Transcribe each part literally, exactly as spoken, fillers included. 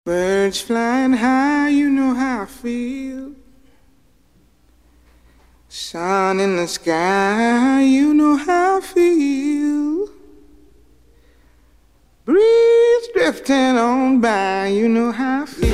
Birds flying high, you know how I feel. Sun in the sky, you know how I feel. Breeze drifting on by, you know how I feel.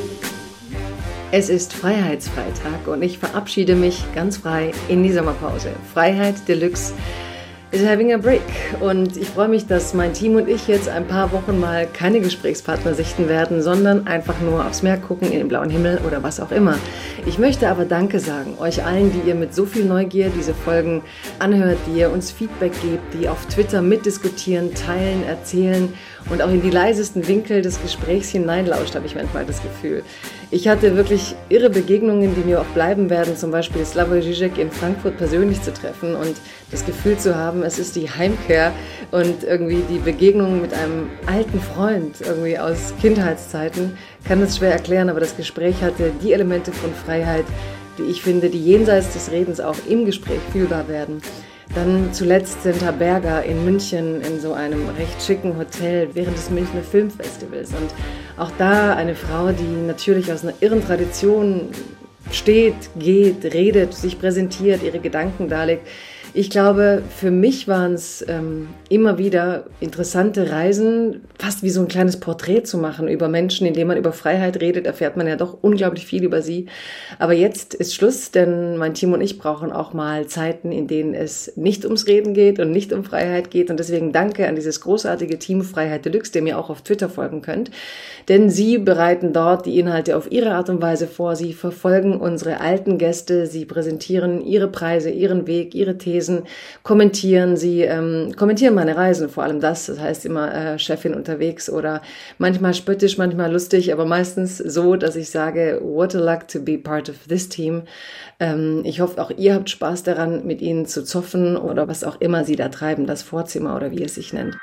Es ist Freiheitsfreitag und ich verabschiede mich ganz frei in die Sommerpause. Freiheit Deluxe is having a break und ich freue mich, dass mein Team und ich jetzt ein paar Wochen mal keine Gesprächspartner sichten werden, sondern einfach nur aufs Meer gucken, in den blauen Himmel oder was auch immer. Ich möchte aber Danke sagen, euch allen, die ihr mit so viel Neugier diese Folgen anhört, die ihr uns Feedback gebt, die auf Twitter mitdiskutieren, teilen, erzählen und auch in die leisesten Winkel des Gesprächs hineinlauscht, habe ich manchmal das Gefühl. Ich hatte wirklich irre Begegnungen, die mir auch bleiben werden, zum Beispiel Slavoj Žižek in Frankfurt persönlich zu treffen und das Gefühl zu haben, es ist die Heimkehr und irgendwie die Begegnung mit einem alten Freund irgendwie aus Kindheitszeiten. Kann das schwer erklären, aber das Gespräch hatte die Elemente von Freiheit, die ich finde, die jenseits des Redens auch im Gespräch fühlbar werden. Dann zuletzt Senta Berger in München in so einem recht schicken Hotel während des Münchner Filmfestivals. Und auch da eine Frau, die natürlich aus einer irren Tradition steht, geht, redet, sich präsentiert, ihre Gedanken darlegt. Ich glaube, für mich waren es ähm, immer wieder interessante Reisen, fast wie so ein kleines Porträt zu machen über Menschen. Indem man über Freiheit redet, erfährt man ja doch unglaublich viel über sie. Aber jetzt ist Schluss, denn mein Team und ich brauchen auch mal Zeiten, in denen es nicht ums Reden geht und nicht um Freiheit geht. Und deswegen danke an dieses großartige Team Freiheit Deluxe, dem ihr auch auf Twitter folgen könnt. Denn sie bereiten dort die Inhalte auf ihre Art und Weise vor. Sie verfolgen unsere alten Gäste, sie präsentieren ihre Preise, ihren Weg, ihre Thesen, kommentieren, sie ähm, kommentieren meine Reisen, vor allem das, das heißt immer äh, Chefin unterwegs oder manchmal spöttisch, manchmal lustig, aber meistens so, dass ich sage, what a luck to be part of this team. Ähm, ich hoffe, auch ihr habt Spaß daran, mit ihnen zu zoffen oder was auch immer sie da treiben, das Vorzimmer oder wie es sich nennt.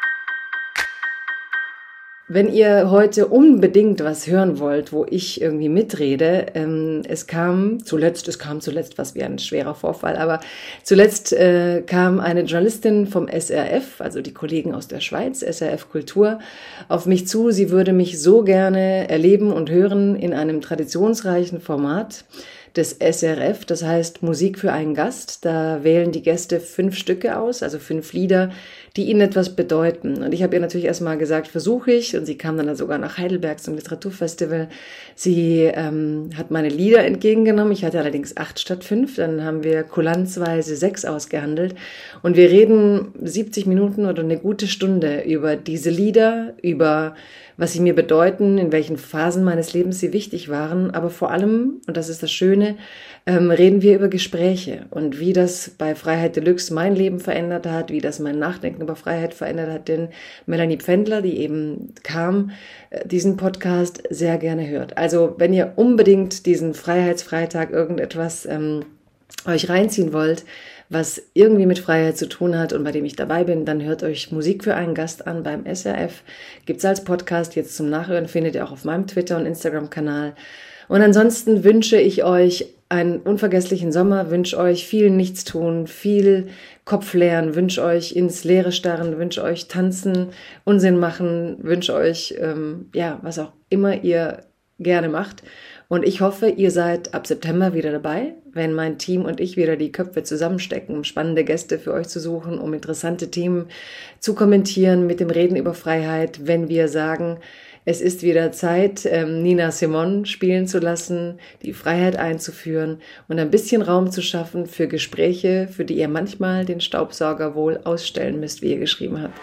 Wenn ihr heute unbedingt was hören wollt, wo ich irgendwie mitrede, ähm, es kam zuletzt, es kam zuletzt was wie ein schwerer Vorfall, aber zuletzt äh, kam eine Journalistin vom S R F, also die Kollegen aus der Schweiz, S R F Kultur, auf mich zu. Sie würde mich so gerne erleben und hören in einem traditionsreichen Format des S R F, das heißt Musik für einen Gast. Da wählen die Gäste fünf Stücke aus, also fünf Lieder, die ihnen etwas bedeuten. Und ich habe ihr natürlich erstmal gesagt, versuche ich. Und sie kam dann sogar nach Heidelberg zum Literaturfestival. Sie ähm, hat meine Lieder entgegengenommen. Ich hatte allerdings acht statt fünf. Dann haben wir kulanzweise sechs ausgehandelt. Und wir reden siebzig Minuten oder eine gute Stunde über diese Lieder, über was sie mir bedeuten, in welchen Phasen meines Lebens sie wichtig waren. Aber vor allem, und das ist das Schöne, ähm, reden wir über Gespräche und wie das bei Freiheit Deluxe mein Leben verändert hat, wie das mein Nachdenken über Freiheit verändert hat. Denn Melanie Pfändler, die eben kam, äh, diesen Podcast sehr gerne hört. Also wenn ihr unbedingt diesen Freiheitsfreitag irgendetwas ähm, euch reinziehen wollt, was irgendwie mit Freiheit zu tun hat und bei dem ich dabei bin, dann hört euch Musik für einen Gast an beim S R F. Gibt's als Podcast jetzt zum Nachhören, findet ihr auch auf meinem Twitter- und Instagram-Kanal. Und ansonsten wünsche ich euch einen unvergesslichen Sommer, wünsche euch viel Nichtstun, viel Kopfleeren, wünsche euch ins Leere starren, wünsche euch tanzen, Unsinn machen, wünsche euch, ähm, ja, was auch immer ihr gerne macht. Und ich hoffe, ihr seid ab September wieder dabei, wenn mein Team und ich wieder die Köpfe zusammenstecken, um spannende Gäste für euch zu suchen, um interessante Themen zu kommentieren mit dem Reden über Freiheit, wenn wir sagen, es ist wieder Zeit, ähm, Nina Simone spielen zu lassen, die Freiheit einzuführen und ein bisschen Raum zu schaffen für Gespräche, für die ihr manchmal den Staubsauger wohl ausstellen müsst, wie ihr geschrieben habt.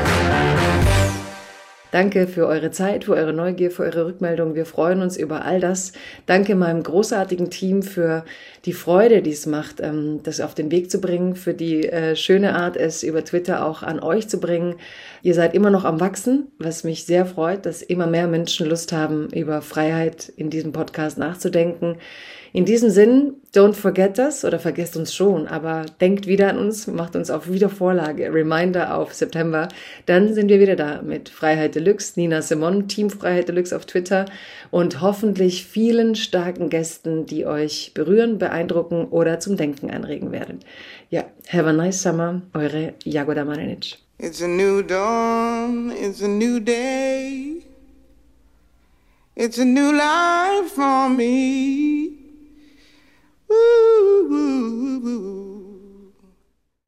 Danke für eure Zeit, für eure Neugier, für eure Rückmeldung. Wir freuen uns über all das. Danke meinem großartigen Team für die Freude, die es macht, das auf den Weg zu bringen, für die schöne Art, es über Twitter auch an euch zu bringen. Ihr seid immer noch am Wachsen, was mich sehr freut, dass immer mehr Menschen Lust haben, über Freiheit in diesem Podcast nachzudenken. In diesem Sinn, don't forget us oder vergesst uns schon, aber denkt wieder an uns, macht uns auf Wiedervorlage, Reminder auf September. Dann sind wir wieder da mit Freiheit Deluxe, Nina Simone, Team Freiheit Deluxe auf Twitter und hoffentlich vielen starken Gästen, die euch berühren, beeindrucken oder zum Denken anregen werden. Ja, have a nice summer, eure Jagoda Marinic. It's a new dawn, it's a new day. It's a new life for me.